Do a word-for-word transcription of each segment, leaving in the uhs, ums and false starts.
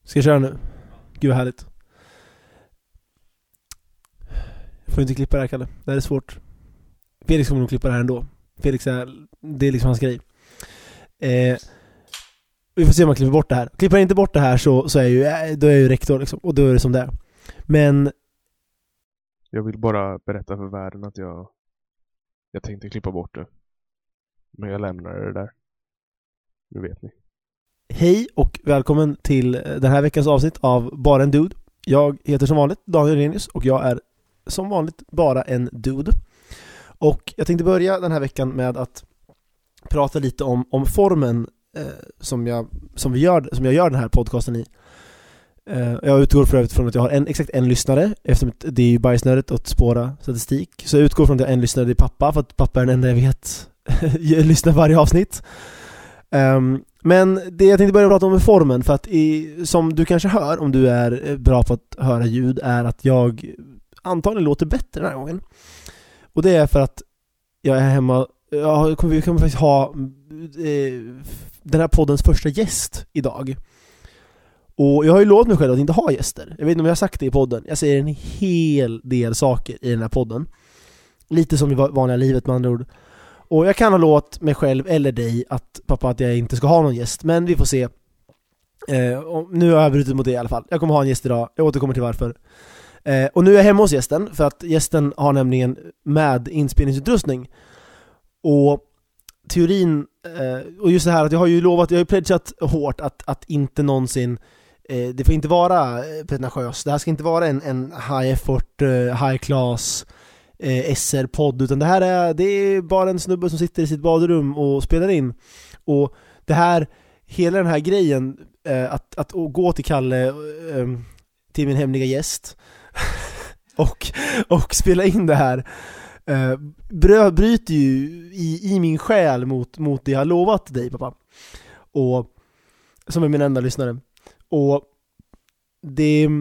Ska jag köra nu? Gud vad härligt. Jag får inte klippa det här, Kalle. Det här är svårt. Felix kommer nog klippa det här ändå. Felix är, det är liksom hans grej. Eh, vi får se om man klipper bort det här. Klipper jag inte bort det här så, så är jag ju, då är jag ju rektor liksom. Och då är det som det är. Men jag vill bara berätta för världen att jag jag tänkte klippa bort det. Men jag lämnar det där. Nu vet ni. Hej och välkommen till den här veckans avsnitt av Bara en Dude. Jag heter som vanligt Daniel Renius och jag är som vanligt bara en dude. Och jag tänkte börja den här veckan med att prata lite om, om formen eh, som, jag, som, vi gör, som jag gör den här podcasten i. Eh, jag utgår för övrigt från att jag har en, exakt en lyssnare, eftersom det är ju bajsnödigt att spåra statistik. Så jag utgår från att jag har en lyssnare, det är pappa, för att pappa är den enda jag vet jag lyssnar varje avsnitt. Um, men det jag tänkte börja prata om är formen, för att i, som du kanske hör om du är bra på att höra ljud, är att jag antagligen låter bättre den här gången. Och det är för att jag är hemma. Jag kommer, vi kommer faktiskt ha eh, den här poddens första gäst idag. Och jag har ju lovat mig själv att inte ha gäster. Jag vet inte om jag har sagt det i podden. Jag säger en hel del saker i den här podden. Lite som i vanliga livet med andra ord. Och jag kan ha lovat mig själv eller dig att pappa att jag inte ska ha någon gäst. Men vi får se. Eh, och nu har jag brutit mot det i alla fall. Jag kommer ha en gäst idag. Jag återkommer till varför. Eh, och nu är jag hemma hos gästen. För att gästen har nämligen med inspelningsutrustning. Och teorin... Eh, och just det här att jag har ju lovat... Jag har ju pledgat hårt att, att inte någonsin... Eh, det får inte vara pretentiöst. Det här ska inte vara en, en high effort, eh, high class... Eh, S R-podd, utan det här är, det är bara en snubbe som sitter i sitt badrum och spelar in. Och det här, hela den här grejen eh, att, att gå till Kalle eh, till min hemliga gäst och, och spela in det här eh, brö, bryter ju i, i min själ mot, mot det jag har lovat dig, pappa, och som är min enda lyssnare. Och det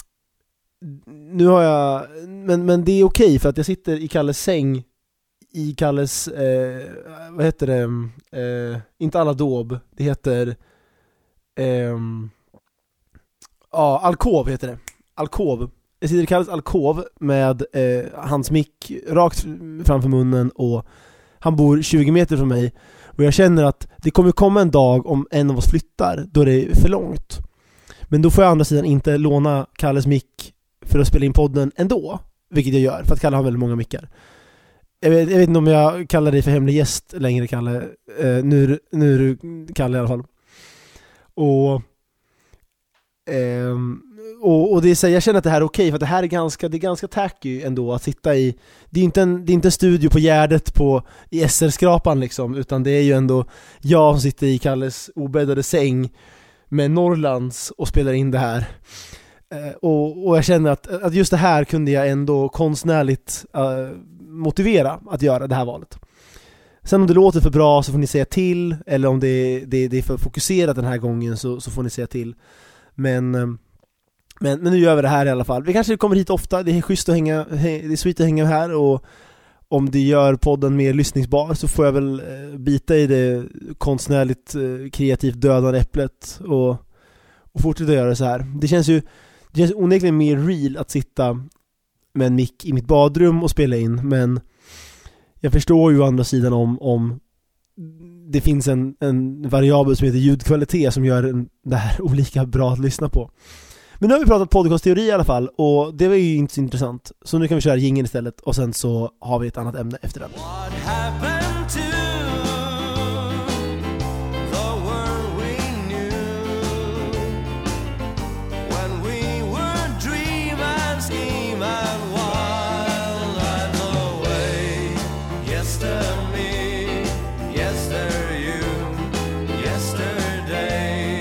nu har jag men, men det är okej, för att jag sitter i Kalles säng i Kalles eh, vad heter det eh, inte alla dåb, det heter eh, ja, alkov heter det, alkov. Jag sitter i Kalles alkov med eh, hans mick rakt framför munnen, och han bor tjugo meter från mig, och jag känner att det kommer komma en dag om en av oss flyttar då det är för långt. Men då får jag å andra sidan inte låna Kalles mick för att spela in podden ändå, vilket jag gör, för att Kalle har väldigt många mickar. Jag vet, jag vet inte om jag kallar dig för hemlig gäst längre, Kalle. Uh, nu, nu är du Kalle i alla fall. Och, um, och, och det är så, jag känner att det här är okej, för att det här är ganska, det är ganska tacky ändå att sitta i. Det är inte en, det är inte en studio på Gärdet på, i S R-skrapan liksom, utan det är ju ändå jag som sitter i Kalles obäddade säng med Norrlands och spelar in det här. Uh, och, och jag känner att, att just det här kunde jag ändå konstnärligt uh, motivera att göra det här valet. Sen om det låter för bra så får ni säga till, eller om det, det, det är för fokuserat den här gången så, så får ni säga till. Men, uh, men, men nu gör vi det här i alla fall. Vi kanske kommer hit ofta, det är schysst att hänga, det är sweet att hänga här, och om det gör podden mer lyssningsbar så får jag väl uh, bita i det konstnärligt uh, kreativt dödande äpplet och, och fortsätta göra det så här. Det känns ju Det känns onekligen mer real att sitta med en mick i mitt badrum och spela in, men jag förstår ju å andra sidan om, om det finns en, en variabel som heter ljudkvalitet som gör en, det här olika bra att lyssna på. Men nu har vi pratat podcastteori i alla fall, och det var ju inte så intressant. Så nu kan vi köra jingeln istället, och sen så har vi ett annat ämne efter den. What happened to the world we knew when we were dream and scheme and wild and away? Yester me, yester you, yesterday.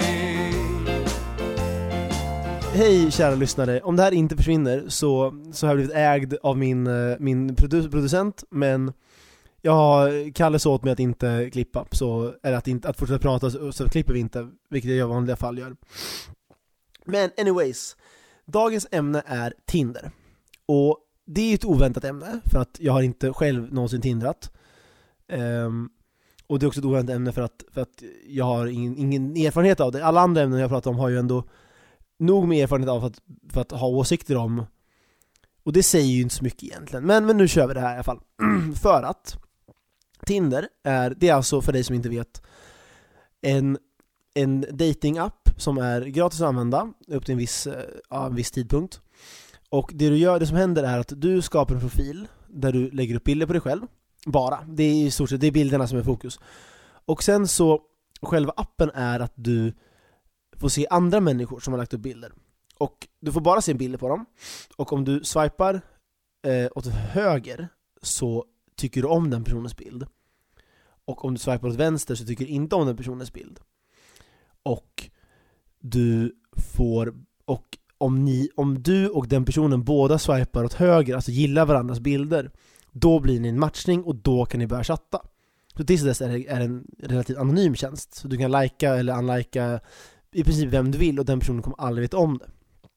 Hej kära lyssnare, om det här inte försvinner så, så har jag blivit ägd av min, min produ- producent, men jag har Kalle så åt mig att inte klippa, så, eller att, inte, att fortsätta prata, så, så klipper vi inte, vilket jag i vanliga fall gör. Men anyways, dagens ämne är Tinder. Och det är ett oväntat ämne, för att jag har inte själv någonsin tindrat. Um, och det är också ett oväntat ämne för att, för att jag har ingen, ingen erfarenhet av det. Alla andra ämnen jag pratar om har ju ändå nog med erfarenhet av att, för att ha åsikter om, och det säger ju inte så mycket egentligen, men, men nu kör vi det här i alla fall. För att Tinder är, det är alltså, för dig som inte vet, en, en dating-app som är gratis att använda upp till en viss, ja, en viss tidpunkt. Och det du gör, det som händer är att du skapar en profil där du lägger upp bilder på dig själv. Bara, det är i stort sett, det är bilderna som är fokus. Och sen så, själva appen är att du får se andra människor som har lagt upp bilder. Och du får bara se bilder på dem. Och om du swipar eh, åt höger så tycker du om den personens bild. Och om du swipar åt vänster så tycker du inte om den personens bild. Och du får, och om, ni, om du och den personen båda swipar åt höger, alltså gillar varandras bilder, då blir ni en matchning och då kan ni börja chatta. Så tills dess är det är en relativt anonym tjänst. Så du kan likea eller unlikea i princip vem du vill och den personen kommer aldrig veta om det.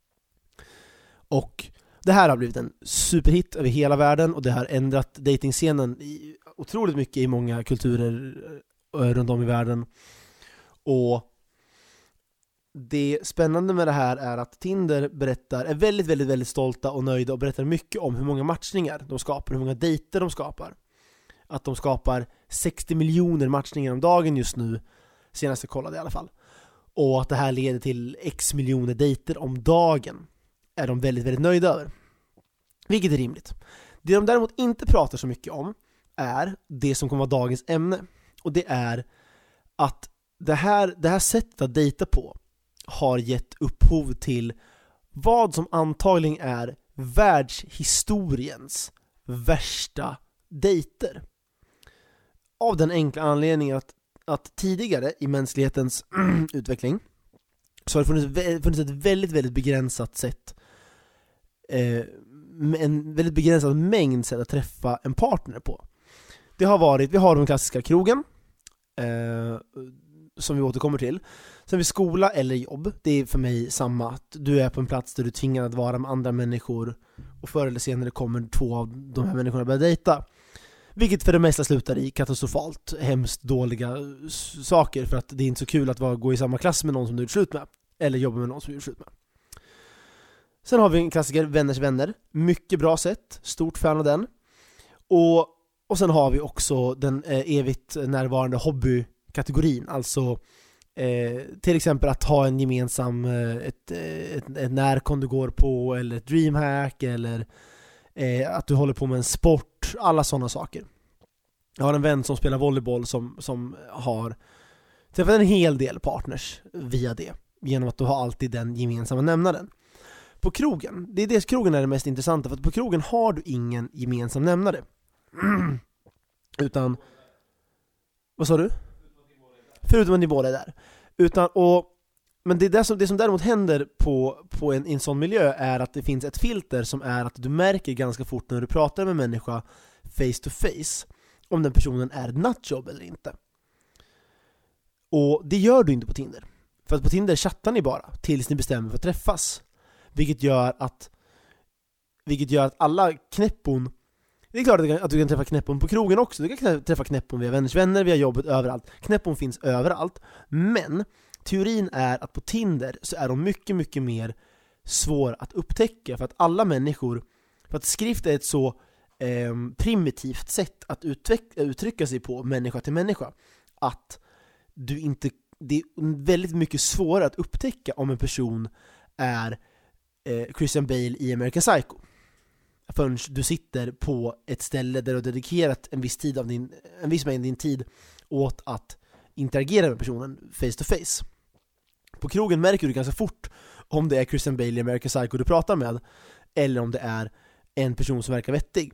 Och det här har blivit en superhit över hela världen och det har ändrat datingscenen i, otroligt mycket i många kulturer runt om i världen. Och det spännande med det här är att Tinder berättar, är väldigt, väldigt, väldigt stolta och nöjda och berättar mycket om hur många matchningar de skapar, hur många dejter de skapar. Att de skapar sextio miljoner matchningar om dagen just nu, senast jag kollade i alla fall. Och att det här leder till x miljoner dejter om dagen är de väldigt, väldigt nöjda över. Vilket är rimligt. Det de däremot inte pratar så mycket om är det som kommer vara dagens ämne. Och det är att det här, det här sättet att dejta på har gett upphov till vad som antagligen är världshistoriens värsta dejter. Av den enkla anledningen att, att tidigare i mänsklighetens utveckling så har det funnits, funnits ett väldigt, väldigt begränsat sätt, eh, en väldigt begränsad mängd sätt att träffa en partner på. Det har varit, vi har den klassiska krogen, eh, som vi återkommer till. Sen vid skola eller jobb, det är för mig samma, att du är på en plats där du tvingar att vara med andra människor och förr eller senare kommer två av de här människorna börja dejta. Vilket för det mesta slutar i katastrofalt, hemskt dåliga saker, för att det är inte så kul att vara, gå i samma klass med någon som du är slut med, eller jobba med någon som du är slut med. Sen har vi en klassiker, vänners vänner. Mycket bra sätt, stort fan av den. Och, och sen har vi också den eh, evigt närvarande hobbykategorin, alltså eh, till exempel att ha en gemensam eh, ett, ett, ett närkon du går på, eller ett dreamhack, eller eh, att du håller på med en sport, alla sådana saker. Jag har en vän som spelar volleyboll som, som har träffat en hel del partners via det, genom att du har alltid den gemensamma nämnaren. På krogen, det är det krogen är det mest intressanta, för att på krogen har du ingen gemensam nämnare. Utan, vad sa du? Förutom att nivån är där. Utan, och, men det, där som, det som däremot händer på, på en, en sån miljö är att det finns ett filter som är att du märker ganska fort när du pratar med en människa face to face om den personen är nutjob eller inte. Och det gör du inte på Tinder. För att på Tinder chattar ni bara tills ni bestämmer för att träffas. Vilket gör att Vilket gör att alla knäppon, det är klart att du, kan, att du kan träffa knäppon på krogen också. Du kan träffa knäppon via vänners vänner, via jobbet, överallt. Knäppon finns överallt. Men teorin är att på Tinder så är de mycket, mycket mer svår att upptäcka. För att alla människor, för att skrift är ett så eh, primitivt sätt att utveck- uttrycka sig på, människa till människa, att du inte, det är väldigt mycket svårare att upptäcka om en person är eh, Christian Bale i American Psycho. Förrän du sitter på ett ställe där du har dedikerat en viss tid av din, en viss mängd din tid åt att interagera med personen face to face. På krogen märker du ganska fort om det är Christian Bale i American Psycho du pratar med, eller om det är en person som verkar vettig.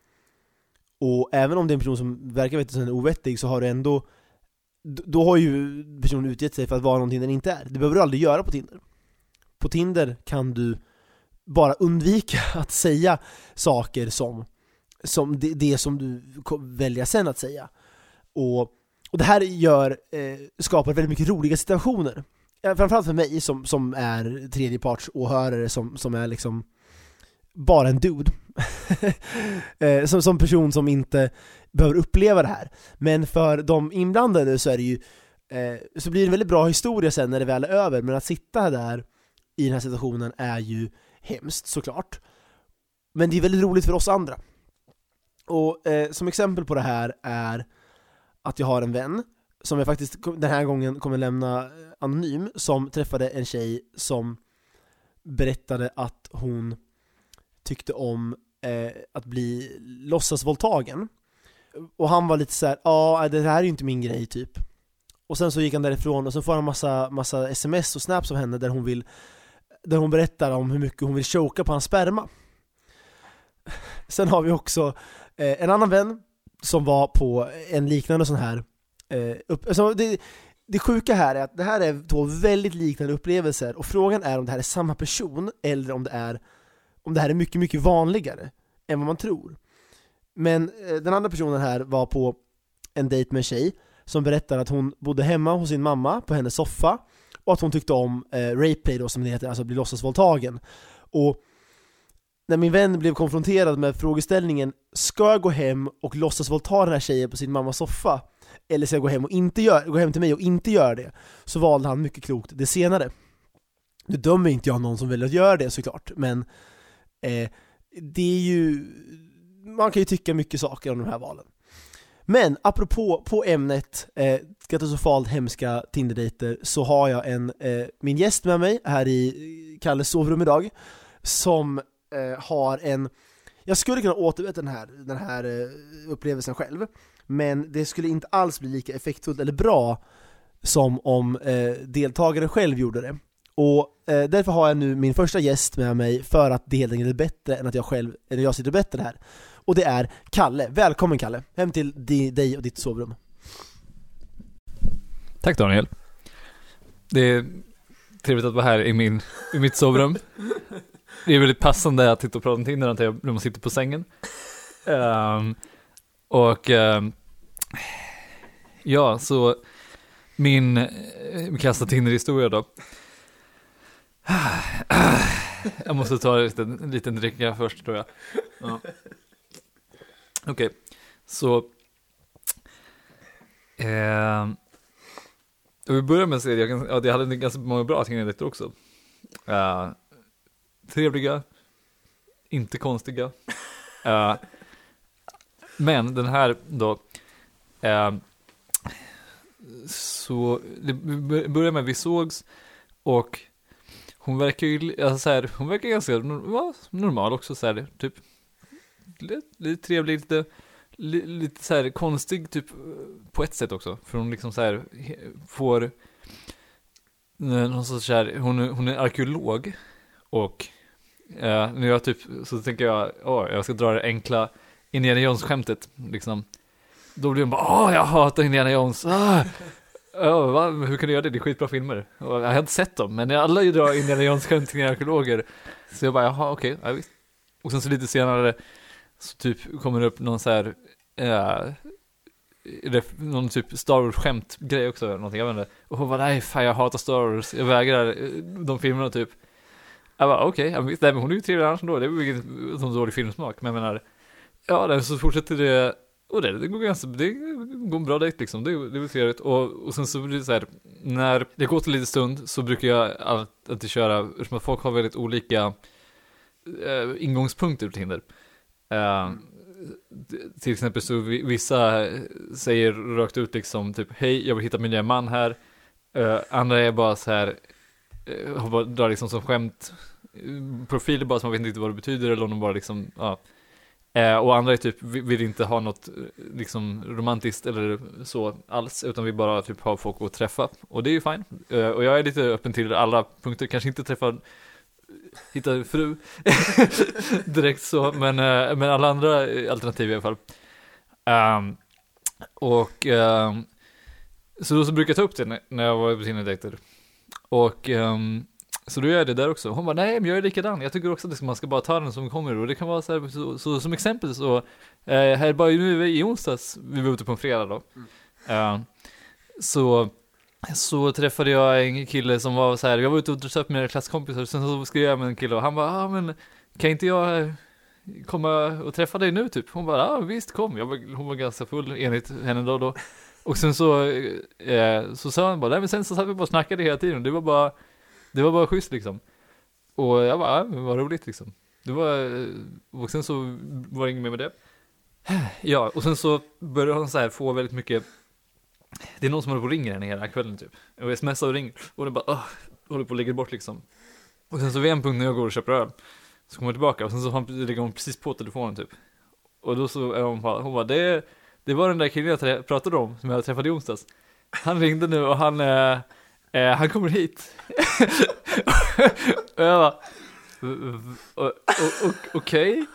Och även om det är en person som verkar vettig som är ovettig, så har du ändå, då har ju personen utgett sig för att vara någonting den inte är. Det behöver du aldrig göra på Tinder. På Tinder kan du bara undvika att säga saker som, som det, det som du väljer sen att säga. Och, och det här gör, eh, skapar väldigt mycket roliga situationer. Framförallt för mig som, som är tredjeparts åhörare, som, som är liksom bara en dude. eh, som, som person som inte behöver uppleva det här. Men för de inblandade så är det ju eh, så blir det en väldigt bra historia sen när det väl är över. Men att sitta där i den här situationen är ju hemskt såklart. Men det är väldigt roligt för oss andra. Och eh, som exempel på det här är att jag har en vän som jag faktiskt den här gången kommer lämna anonym, som träffade en tjej som berättade att hon tyckte om eh, att bli låtsasvåldtagen. Och han var lite så här: ja, det här är ju inte min grej typ. Och sen så gick han därifrån och så får han massa, massa sms och snaps av henne där hon vill där hon berättar om hur mycket hon vill choka på hans sperma. Sen har vi också eh, en annan vän som var på en liknande sån här eh, upp, alltså det, det sjuka här är att det här är två väldigt liknande upplevelser, och frågan är om det här är samma person eller om det är om det här är mycket mycket vanligare än vad man tror. Men eh, den andra personen här var på en dejt med en tjej som berättar att hon bodde hemma hos sin mamma på hennes soffa, och att hon tyckte om eh, rapeplay då, som det heter, alltså bli låtsasvåldtagen. Och när min vän blev konfronterad med frågeställningen, ska jag gå hem och låtsasvåldta den här tjejen på sin mammas soffa, eller ska jag gå hem och inte gör, gå hem till mig och inte göra det, så valde han mycket klokt det senare. Nu dömer inte jag någon som väljer att göra det såklart, men eh, det är ju, man kan ju tycka mycket saker om de här valen. Men apropå på ämnet eh, katastrofalt hemska Tinder-dejter, så har jag en eh, min gäst med mig här i Kalles sovrum idag, som eh, har en, jag skulle kunna återberätta den här, den här eh, upplevelsen själv, men det skulle inte alls bli lika effektfullt eller bra som om eh, deltagaren själv gjorde det. Och eh, därför har jag nu min första gäst med mig, för att det helt enkelt är bättre än att jag själv, eller jag sitter bättre här. Och det är Kalle. Välkommen Kalle, hem till di- dig och ditt sovrum. Tack Daniel. Det är trevligt att vara här i, min, i mitt sovrum. Det är väldigt passande att titta och prata om Tinder när man sitter på sängen. Um, och um, ja, så min kasta Tinder-historia då. Jag måste ta en liten, en liten dricka först, tror jag. Ja. Okej, okay. Så eh, jag vill börja med att säga, jag, kan, ja, jag hade ganska många bra Tinder-dejter också. Uh, trevliga, inte konstiga. Uh, men den här då, uh, så det började med att vi sågs, och hon verkar ju alltså så här, hon verkar ganska normal också så här, typ lite, lite trevlig, lite li, lite så här konstig typ på ett sätt också, för hon liksom så här får någon sorts så här, hon hon är arkeolog, och eh, när jag typ så tänker jag, åh, jag ska dra det enkla Indiana Jones-skämtet liksom. Då blir hon bara, åh, jag hatar Indiana Jones. Ah! Oh, va? Hur kan du göra det? Det är skitbra filmer. Och jag har inte sett dem, men alla ju drar Indiana Jones-skämt till arkeologer. Så jag bara, jaha, okej, okay, ja, visst. Och sen så lite senare så typ kommer det upp någon så här äh, ref, någon typ Star Wars-skämt grej också, eller någonting, jag vet inte. Och hon bara, nej, fan, jag hatar Star Wars. Jag vägrar de filmerna typ. Jag bara, okej, okay, nej, men hon är ju trevlig annars ändå. Det är ju ingen sån dålig filmsmak, men jag menar, ja, där, så fortsätter det. Och det, det går ganska, det går en bra dejt liksom, det, det är trevligt. Och, och sen så blir det så här, när det går till lite stund så brukar jag alltid köra, eftersom att folk har väldigt olika äh, ingångspunkter på Tinder. Äh, till exempel så vissa säger rakt ut liksom typ, hej, jag vill hitta min nya man här. Äh, andra är bara så här, äh, bara drar liksom som skämt profiler bara som man vet inte vad det betyder, eller om de bara liksom, ja. Eh, och andra är typ, vi vill inte ha något liksom romantiskt eller så alls, utan vi bara typ har folk att träffa, och det är ju fine. Eh, och jag är lite öppen till alla punkter, kanske inte träffa hitta fru direkt så, men, eh, men alla andra alternativ i alla fall. Um, och um, så då så brukar jag ta upp det när, när jag var på sina dejter. Och um, så då gör jag det där också. Hon bara, nej, men jag är likadan. Jag tycker också att man ska bara ta den som kommer. Och det kan vara så här, så, så som exempel så, eh, här bara nu i onsdags, vi var ute på en fredag då. Mm. Uh, så, så träffade jag en kille som var så här, jag var ute och drösade med mina klasskompisar. Sen så skrev jag med en kille och han bara, ja ah, men kan inte jag komma och träffa dig nu typ? Hon bara, ja ah, visst, kom. Jag var, hon var ganska full enligt henne då då. Och sen så, eh, så sa han bara, nej men sen så satt vi bara och snackade hela tiden. Det var bara Det var bara schysst liksom. Och jag bara, ja, men vad roligt liksom. Det var, och sen så var det inget mer med det. Ja, och sen så började hon så här få väldigt mycket. Det är någon som håller på och ringer henne hela kvällen typ. Och smsar och ringer. Och det bara, åh, håller på och lägger bort liksom. Och sen så vid en punkt när jag går och köper öl, så kommer jag tillbaka och sen så ligger hon precis på telefonen typ. Och då så är hon bara, hon bara det, det var den där killen jag trä- pratade om som jag träffade i onsdags. Han ringde nu och han, eh, eh, han kommer hit. Och jag bara, och, och, och, okej.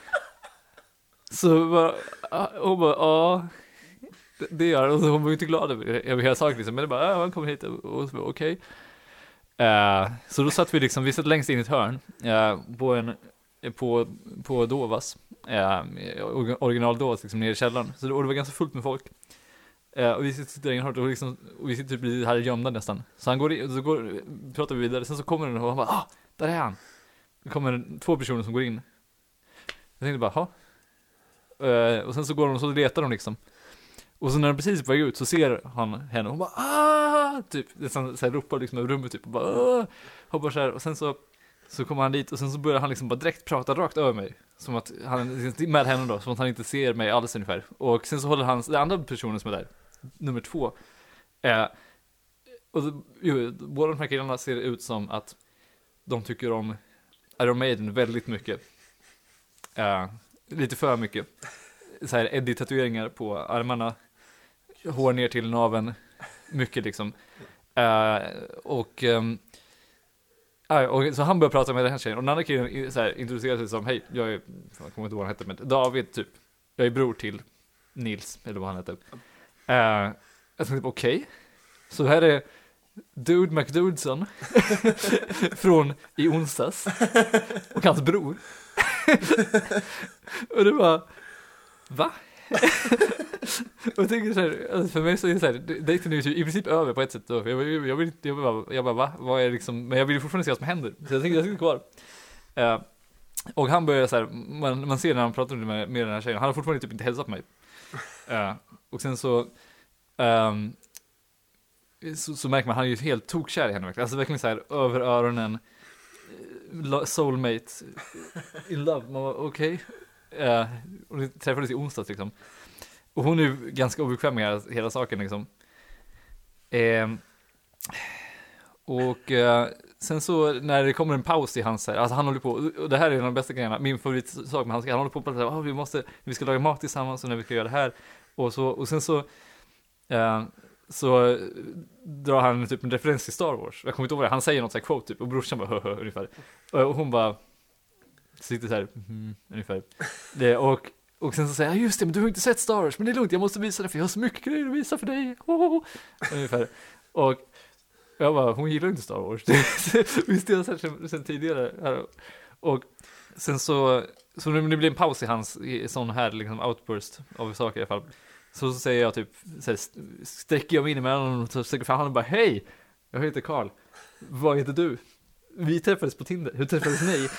Så bara, hon bara, ja, det, det gör. Och så hon var ju inte glad över hela saken liksom. Men det bara, ja, han kommer hit och, och så, okej. Uh, så då satt vi liksom, vi satt längst in i ett hörn uh, på en, på, på Dovas, uh, original Dovas liksom nere i källaren. Så det, och det var ganska fullt med folk. Uh, och vi sitter där och, liksom, och vi sitter typ här gömda nästan. Så han går in, och så går, pratar vi vidare. Sen så kommer den och han bara, ah, där är han. Det kommer två personer som går in. Jag tänkte bara, ha. Uh, och sen så går de och så letar de liksom. Och så när de precis på väg ut så ser han henne och hon bara, ah, typ, det så här ropar liksom över rummet typ och bara, ah, hoppar så här. Och sen så, så kommer han dit och sen så börjar han liksom bara direkt prata rakt över mig. Som att han, med henne då, som att han inte ser mig alls ungefär. Och sen så håller han, den andra personen som är där, nummer två, eh, och så, jo, båda de här killarna ser ut som att de tycker om Iron Maiden väldigt mycket. Eh, lite för mycket. Så här Eddie-tatueringar på armarna, hår ner till naveln, mycket liksom. Uh, och, um, uh, och så han börjar prata med den här tjejen och den andra killen så här, introducerar sig som, hej, jag är, jag kommer inte ihåg vad han heter, men David typ, jag är bror till Nils, eller vad han heter. Uh, jag tänkte, okej, okay. Så här är Dude McDudson från i onsdags och hans bror. Och det var, va? Och jag tänker så här, alltså för mig så är det så här, dejten är ju i princip över på ett sätt då. Jag, jag, jag vill inte, jag bara, jag bara, va? Vad är liksom, men jag vill ju fortfarande se vad som händer. Så jag tänker jag sitter kvar. Uh, och han börjar så här, man, man ser när han pratar med, med den här tjejen, han har fortfarande typ inte hälsat på mig. Uh, och sen så, um, så, så märker man, han är ju helt tokkär i henne verkligen. Alltså verkligen så här, över öronen, soulmate, in love. Man var okej. Okay. Uh, och vi träffades i onsdags liksom. Och hon är ju ganska obekväm med hela, hela saken liksom. Uh, och uh, sen så när det kommer en paus i hans här, alltså han håller på, och det här är en av de bästa grejerna, min favoritsak med hans, han håller på att oh, vi måste, vi ska laga mat tillsammans och när vi ska göra det här. Och så, och sen så uh, så drar han typ en referens till Star Wars. Jag kommer inte ihåg det. Han säger något så här quote typ och brorsan bara hö, hö, ungefär. Och hon bara sitter så här mm, ungefär. Det, och och sen så säger jag just det, men du har inte sett Star Wars, men det är lugnt, jag måste visa det för jag har så mycket grejer att visa för dig. Oh, ungefär. Och jag bara, hon gillar inte Star Wars. Visst jag har sett sen, sen tidigare. Och sen så så när det blir en paus i hans i sån här liksom outburst av saker i alla fall. Så, så säger jag typ så här, sträcker jag mig in emellan och så sträcker fram och bara, hej, jag heter Carl. Vad heter du? Vi träffades på Tinder. Hur träffades ni?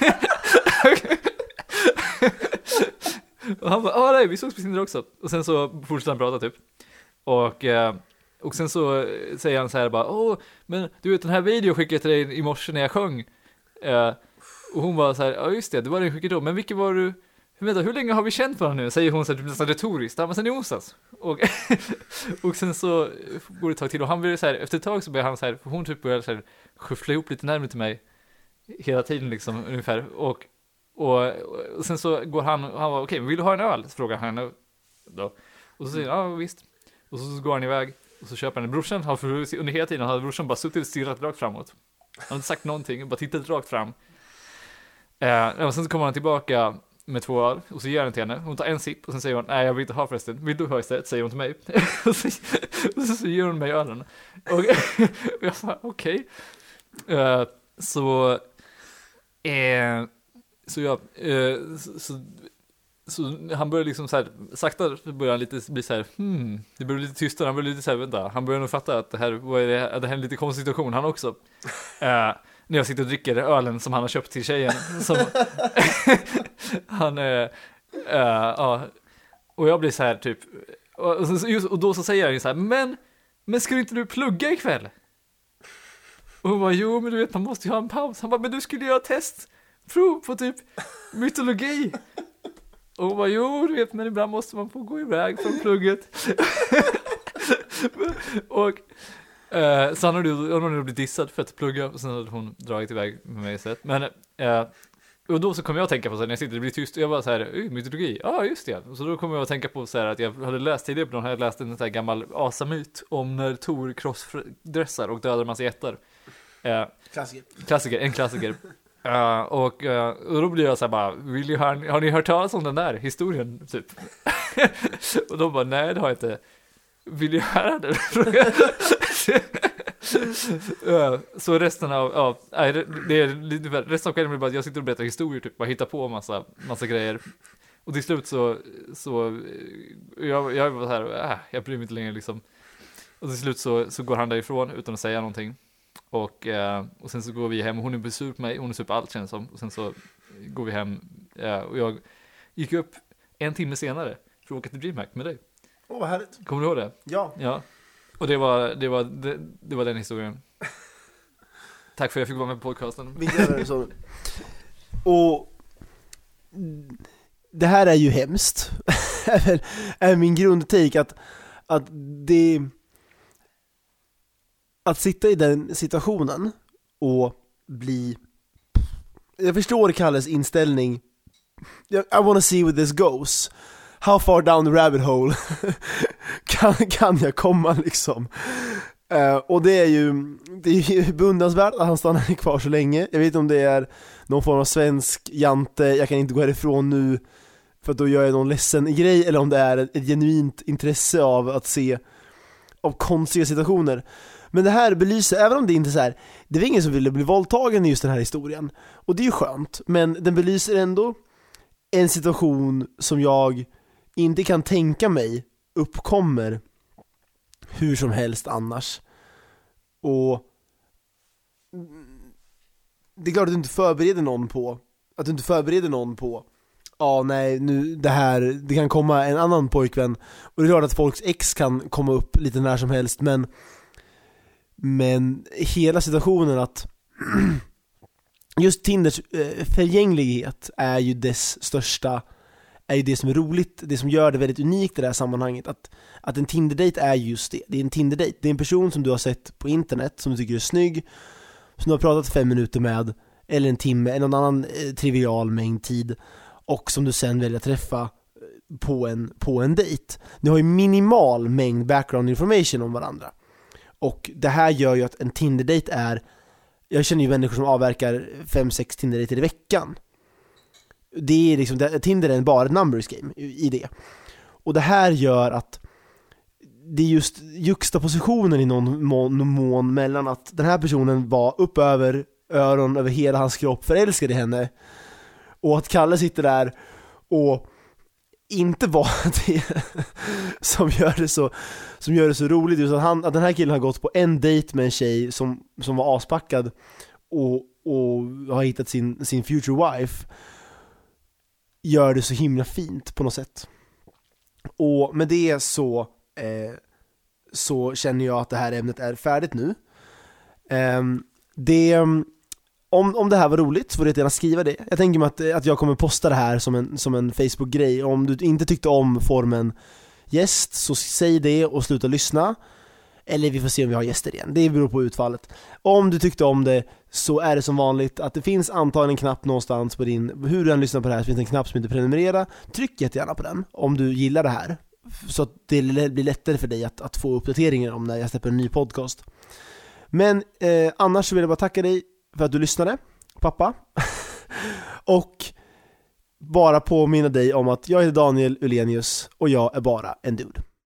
Och han bara, ah nej, vi sågs på Tinder också. Och sen så fortsätter han prata typ. Och, och sen så säger han så här bara, åh, men du vet den här videon skickade jag till dig i morse när jag sjöng. Och hon var så här, ja just det, det var den skickade då. Men vilken var du? Vänta, hur länge har vi känt varandra nu? Säger hon så här, nästan retoriskt. Ja, men sen i onsdags. Och, och sen så går det ett tag till. Och han börjar så här, efter ett tag så börjar han så här, för hon typ börjar så här skyffla ihop lite närmare till mig. Hela tiden liksom, ungefär. Och, och, och sen så går han, och han var okej, okay, vill du ha en öl? Så frågar han henne då. Och så säger han, ja visst. Och så, så går han iväg. Och så köper han en brorsan. Han för under hela tiden hade brorsan bara suttit och stirrat rakt framåt. Han hade inte sagt någonting, bara tittat rakt fram. Eh, och sen så kommer han tillbaka med två öl, och så ger han till henne. Hon tar en sipp, och sen säger hon, nej jag vill inte ha förresten. Vill du ha istället? Säger hon till mig. och, så, och så, så ger hon mig ölen. Och jag bara, okej. Okay. Uh, så, eh, så jag, eh, så, så, så han börjar liksom så här, sakta börjar han lite bli så här, hmm, det börjar lite tystare. Han börjar lite så här, vänta. Han börjar nog fatta att det här, vad är det, det här är en lite konstig situation, han också. Uh, när jag sitter och dricker ölen som han har köpt till tjejen som han äh, äh, ja, och jag blir så här typ och, och, just, och då så säger jag ju så här, men men ska inte du plugga ikväll? Och hon bara, jo men du vet man måste ju ha en paus. Han bara, men du skulle göra test prov på typ mytologi. Och hon bara, jo du vet men ibland måste man få gå iväg från plugget. Och eh, så hade hon, hon hade blivit dissad för att plugga. Och sen hade hon dragit iväg med mig istället. Men eh, och då så kom jag att tänka på så här, när jag sitter, det blir tyst och jag bara så här, mytologi, ja ah, just det. Så då kom jag att tänka på så här att jag hade läst tidigare på någon, hade läst en sån här gammal asamyt om när Thor crossdressar och dödar en massa jättar. Eh, Klassiker. Klassiker, en klassiker. Uh, och, uh, och då blir jag så här bara, vill you, har, har ni hört talas om den där historien typ? Och de bara, nej det har jag inte. Vill du höra det? uh, så resten av, av nej, det, det är lite värre. Resten av kvällen blir bara att jag sitter och berättar historier typ, bara hittar på massa, massa grejer. Och till slut så, så jag, jag var så här, äh, jag bryr mig inte längre liksom. Och till slut så, så går han därifrån utan att säga någonting. Och, eh, och sen så går vi hem och hon är sur på mig, hon är sur på allt känns som. Och sen så går vi hem eh, och jag gick upp en timme senare för att åka till DreamHack med dig. Åh, oh, vad härligt. Kommer du ihåg det? Ja. Ja. Och det var, det var, det, det var den historien. Tack för att jag fick vara med på podcasten. Vi gör det så. Och det här är ju hemskt. är, är min grundtake att, att det... Att sitta i den situationen och bli... Jag förstår Kalles inställning. I wanna see where this goes. How far down the rabbit hole kan, kan jag komma liksom. Uh, och det är ju det är ju beundransvärt att han stannar kvar så länge. Jag vet inte om det är någon form av svensk jante, jag kan inte gå härifrån nu för att då gör jag någon ledsen grej, eller om det är ett, ett genuint intresse av att se av konstiga situationer. Men det här belyser, även om det inte är så här, det var ingen som ville bli våldtagen i just den här historien. Och det är ju skönt, men den belyser ändå en situation som jag inte kan tänka mig uppkommer hur som helst annars. Och det är klart att du inte förbereder någon på att du inte förbereder någon på ja nej nu det här, det kan komma en annan pojkvän, och det är klart att folks ex kan komma upp lite när som helst, men men hela situationen att just Tinders förgänglighet är ju dess största, är ju det som är roligt, det som gör det väldigt unikt i det här sammanhanget, att, att en Tinder-date är just det, det är en Tinder-date, det är en person som du har sett på internet, som du tycker är snygg, som du har pratat fem minuter med, eller en timme, eller någon annan eh, trivial mängd tid, och som du sen väljer att träffa på en, på en date. Ni har ju minimal mängd background information om varandra, och det här gör ju att en Tinder-date är, jag känner ju människor som avverkar fem sex Tinder-dater i veckan. Det är liksom, det, Tinder är bara ett numbers game i det. Och det här gör att det är just juxtapositionen i någon mån, någon mån mellan att den här personen var upp över öron, över hela hans kropp, förälskade i henne, och att Kalle sitter där och inte var det som gör det så som gör det så roligt, just att, han, att den här killen har gått på en dejt med en tjej som, som var aspackad och, och har hittat sin, sin future wife, gör det så himla fint på något sätt. Och med det så eh, så känner jag att det här ämnet är färdigt nu. Eh, det Om, om det här var roligt så får du gärna skriva det. Jag tänker mig att, att jag kommer posta det här som en, som en Facebook-grej. Om du inte tyckte om formen gäst, så säg det och sluta lyssna. Eller vi får se om vi har gäster igen. Det beror på utfallet. Om du tyckte om det, så är det som vanligt att det finns antagligen en knapp någonstans på din, hur du än lyssnar på det här, så finns det en knapp som heter prenumerera. Tryck jättegärna på den om du gillar det här, så att det blir lättare för dig att, att få uppdateringar om när jag släpper en ny podcast. Men eh, annars så vill jag bara tacka dig för att du lyssnade, pappa. Och bara påminna dig om att jag heter Daniel Ulenius och jag är bara en dude.